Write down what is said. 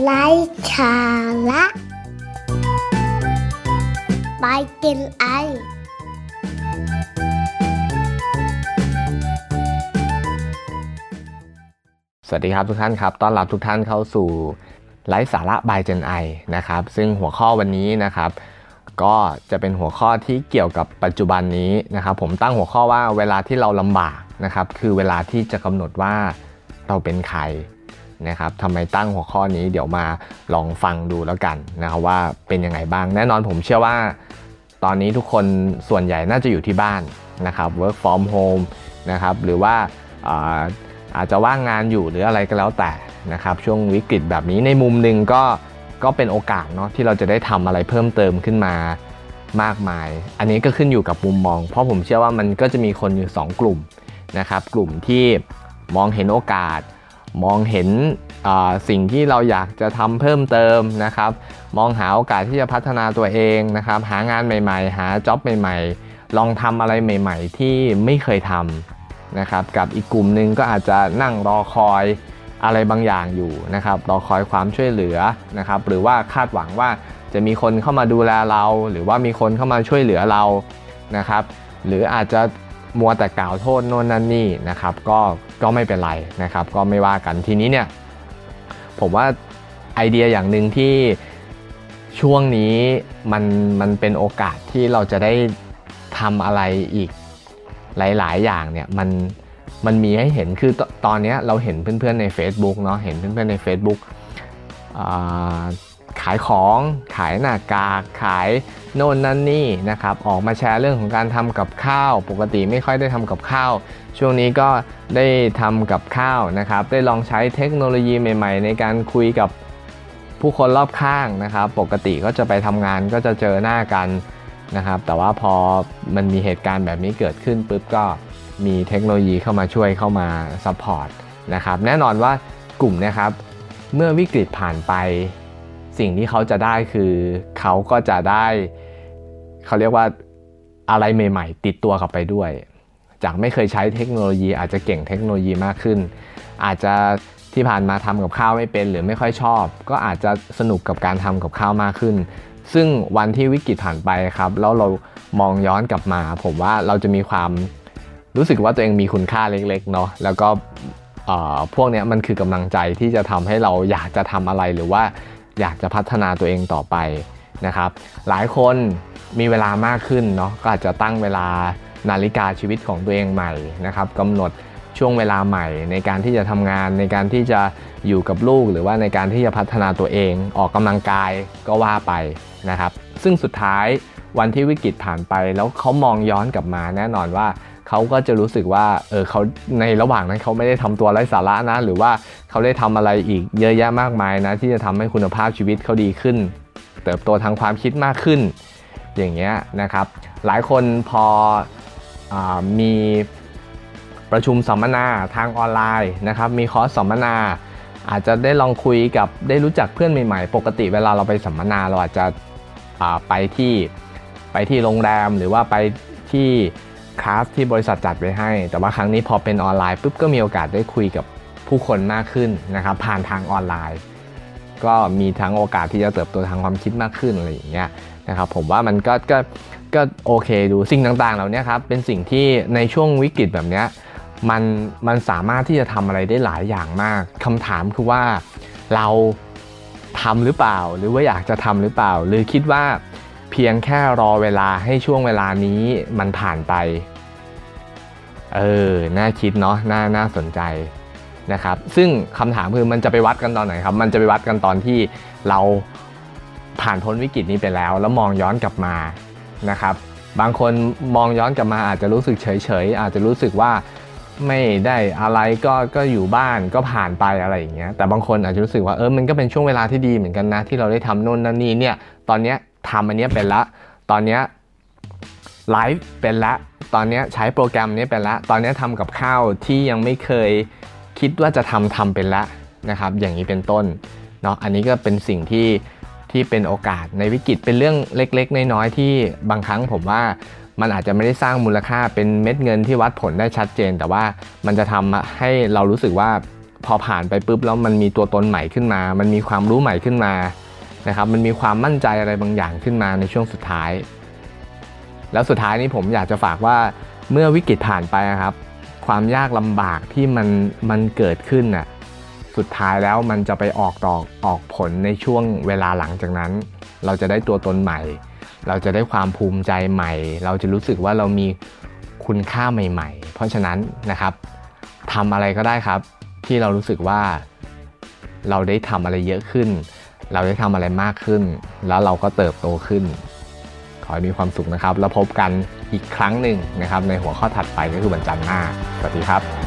ไร้สาระไปกินไอสวัสดีครับทุกท่านครับต้อนรับทุกท่านเข้าสู่ไลฟ์สาระ by Gen I นะครับซึ่งหัวข้อวันนี้นะครับก็จะเป็นหัวข้อที่เกี่ยวกับปัจจุบันนี้นะครับผมตั้งหัวข้อว่าเวลาที่เราลำบากนะครับคือเวลาที่จะกำหนดว่าเราเป็นใครนะครับทำไมตั้งหัวข้อนี้เดี๋ยวมาลองฟังดูแล้วกันนะครับว่าเป็นยังไงบ้างแน่นอนผมเชื่อว่าตอนนี้ทุกคนส่วนใหญ่น่าจะอยู่ที่บ้านนะครับ work from home นะครับหรือว่าอาจจะว่างงานอยู่หรืออะไรก็แล้วแต่นะครับช่วงวิกฤตแบบนี้ในมุมหนึ่งก็เป็นโอกาสเนาะที่เราจะได้ทำอะไรเพิ่มเติมขึ้นมามากมายอันนี้ก็ขึ้นอยู่กับมุมมองเพราะผมเชื่อว่ามันก็จะมีคนอยู่2กลุ่มนะครับกลุ่มที่มองเห็นโอกาสมองเห็นสิ่งที่เราอยากจะทำเพิ่มเติมนะครับมองหาโอกาสที่จะพัฒนาตัวเองนะครับหางานใหม่ๆหาจ็อบใหม่ๆลองทำอะไรใหม่ๆที่ไม่เคยทำนะครับกับอีกกลุ่มหนึ่งก็อาจจะนั่งรอคอยอะไรบางอย่างอยู่นะครับรอคอยความช่วยเหลือนะครับหรือว่าคาดหวังว่าจะมีคนเข้ามาดูแลเราหรือว่ามีคนเข้ามาช่วยเหลือเรานะครับหรืออาจจะมัวแต่กล่าวโทษโน่นนั่นนี่นะครับก็ไม่เป็นไรนะครับก็ไม่ว่ากันทีนี้เนี่ยผมว่าไอเดียอย่างหนึ่งที่ช่วงนี้มันเป็นโอกาสที่เราจะได้ทำอะไรอีกหลายๆอย่างเนี่ยมันมีให้เห็นคือตอนนี้เราเห็นเพื่อนๆใน Facebook เนาะเห็นเพื่อนๆใน Facebook ขายของขายหน้ากากขายโน่นนั่นนี่นะครับออกมาแชร์เรื่องของการทำกับข้าวปกติไม่ค่อยได้ทำกับข้าวช่วงนี้ก็ได้ทำกับข้าวนะครับได้ลองใช้เทคโนโลยีใหม่ๆในการคุยกับผู้คนรอบข้างนะครับปกติก็จะไปทำงานก็จะเจอหน้ากันนะครับแต่ว่าพอมันมีเหตุการณ์แบบนี้เกิดขึ้นปุ๊บก็มีเทคโนโลยีเข้ามาช่วยเข้ามาซัพพอร์ตนะครับแน่นอนว่ากลุ่มนะครับเมื่อวิกฤตผ่านไปสิ่งที่เขาจะได้คือเขาก็จะได้เขาเรียกว่าอะไรใหม่ๆติดตัวกลับไปด้วยจากไม่เคยใช้เทคโนโลยีอาจจะเก่งเทคโนโลยีมากขึ้นอาจจะที่ผ่านมาทำกับข้าวไม่เป็นหรือไม่ค่อยชอบก็อาจจะสนุกกับการทำกับข้าวมากขึ้นซึ่งวันที่วิกฤตผ่านไปครับแล้วเรามองย้อนกลับมาผมว่าเราจะมีความรู้สึกว่าตัวเองมีคุณค่าเล็กๆเนาะแล้วก็พวกนี้มันคือกำลังใจที่จะทำให้เราอยากจะทำอะไรหรือว่าอยากจะพัฒนาตัวเองต่อไปนะครับหลายคนมีเวลามากขึ้นเนาะก็อาจจะตั้งเวลานาฬิกาชีวิตของตัวเองใหม่นะครับกำหนดช่วงเวลาใหม่ในการที่จะทำงานในการที่จะอยู่กับลูกหรือว่าในการที่จะพัฒนาตัวเองออกกำลังกายก็ว่าไปนะครับซึ่งสุดท้ายวันที่วิกฤตผ่านไปแล้วเขามองย้อนกลับมาแน่นอนว่าเขาก็จะรู้สึกว่าเขาในระหว่างนั้นเขาไม่ได้ทำตัวไร้สาระนะหรือว่าเขาได้ทำอะไรอีกเยอะแยะมากมายนะที่จะทำให้คุณภาพชีวิตเขาดีขึ้นเติบโตทางความคิดมากขึ้นอย่างเงี้ยนะครับหลายคนพอมีประชุมสัมมนาทางออนไลน์นะครับมีคอร์สสัมมนาอาจจะได้ลองคุยกับได้รู้จักเพื่อนใหม่ๆปกติเวลาเราไปสัมมนาเราอาจจะไปที่โรงแรมหรือว่าไปที่คลาสที่บริษัทจัดไว้ให้แต่ว่าครั้งนี้พอเป็นออนไลน์ปุ๊บก็มีโอกาสได้คุยกับผู้คนมากขึ้นนะครับผ่านทางออนไลน์ก็มีทั้งโอกาสที่จะเติบโตทางความคิดมากขึ้นอะไรอย่างเงี้ยนะครับผมว่ามันก็โอเคดูสิ่งต่างๆเหล่านี้ครับเป็นสิ่งที่ในช่วงวิกฤตแบบนี้มันสามารถที่จะทำอะไรได้หลายอย่างมากคำถามคือว่าเราทำหรือเปล่าหรือว่าอยากจะทำหรือเปล่าหรือคิดว่าเพียงแค่รอเวลาให้ช่วงเวลานี้มันผ่านไปน่าคิดเนาะน่าสนใจนะครับซึ่งคำถามคือมันจะไปวัดกันตอนไหนครับมันจะไปวัดกันตอนที่เราผ่านพ้นวิกฤตนี้ไปแล้วมองย้อนกลับมานะครับบางคนมองย้อนกลับมาอาจจะรู้สึกเฉยๆอาจจะรู้สึกว่าไม่ได้อะไรก็อยู่บ้านก็ผ่านไปอะไรอย่างเงี้ยแต่บางคนอาจจะรู้สึกว่ามันก็เป็นช่วงเวลาที่ดีเหมือนกันนะที่เราได้ทำโน่นนั่นนี่เนี่ยตอนเนี้ยทำอันนี้เป็นละตอนนี้ไลฟ์เป็นละตอนนี้ใช้โปรแกรมนี้เป็นละตอนนี้ทำกับข้าวที่ยังไม่เคยคิดว่าจะทำเป็นละนะครับอย่างนี้เป็นต้นเนาะอันนี้ก็เป็นสิ่งที่เป็นโอกาสในวิกฤตเป็นเรื่องเล็กๆน้อยๆที่บางครั้งผมว่ามันอาจจะไม่ได้สร้างมูลค่าเป็นเม็ดเงินที่วัดผลได้ชัดเจนแต่ว่ามันจะทำให้เรารู้สึกว่าพอผ่านไปปุ๊บแล้วมันมีตัวตนใหม่ขึ้นมามันมีความรู้ใหม่ขึ้นมานะครับมันมีความมั่นใจอะไรบางอย่างขึ้นมาในช่วงสุดท้ายแล้วสุดท้ายนี้ผมอยากจะฝากว่าเมื่อวิกฤตผ่านไปครับความยากลำบากที่มันเกิดขึ้นน่ะสุดท้ายแล้วมันจะไปออกดอกออกผลในช่วงเวลาหลังจากนั้นเราจะได้ตัวตนใหม่เราจะได้ความภูมิใจใหม่เราจะรู้สึกว่าเรามีคุณค่าใหม่ๆเพราะฉะนั้นนะครับทำอะไรก็ได้ครับที่เรารู้สึกว่าเราได้ทำอะไรเยอะขึ้นเราได้ทำอะไรมากขึ้นแล้วเราก็เติบโตขึ้นขอให้มีความสุขนะครับแล้วพบกันอีกครั้งหนึ่งนะครับในหัวข้อถัดไปก็คือวันจันทร์หน้าสวัสดีครับ